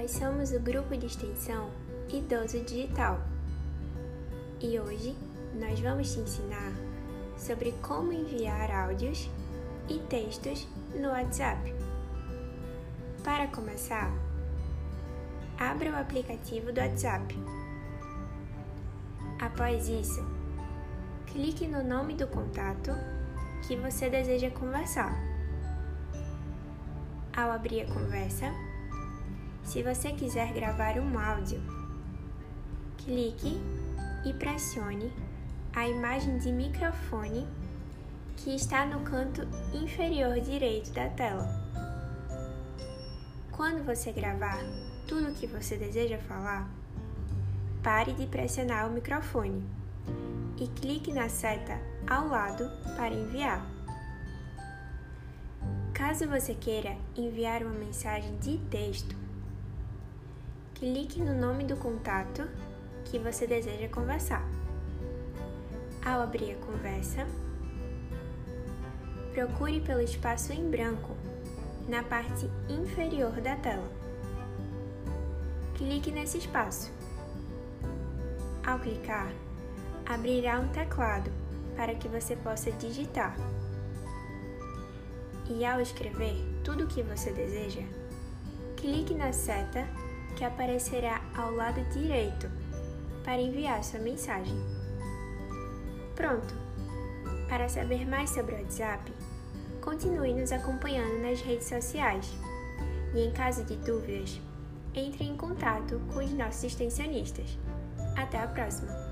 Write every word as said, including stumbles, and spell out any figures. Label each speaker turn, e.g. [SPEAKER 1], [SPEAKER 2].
[SPEAKER 1] Nós somos o grupo de extensão Idoso Digital e hoje nós vamos te ensinar sobre como enviar áudios e textos no WhatsApp. Para começar, abra o aplicativo do WhatsApp. Após isso, clique no nome do contato que você deseja conversar. Ao abrir a conversa, se você quiser gravar um áudio, clique e pressione a imagem de microfone que está no canto inferior direito da tela. Quando você gravar tudo o que você deseja falar, pare de pressionar o microfone e clique na seta ao lado para enviar. Caso você queira enviar uma mensagem de texto, clique no nome do contato que você deseja conversar. Ao abrir a conversa, procure pelo espaço em branco na parte inferior da tela. Clique nesse espaço. Ao clicar, abrirá um teclado para que você possa digitar. E ao escrever tudo o que você deseja, clique na seta que aparecerá ao lado direito para enviar sua mensagem. Pronto! Para saber mais sobre o WhatsApp, continue nos acompanhando nas redes sociais e, em caso de dúvidas, entre em contato com os nossos extensionistas. Até a próxima!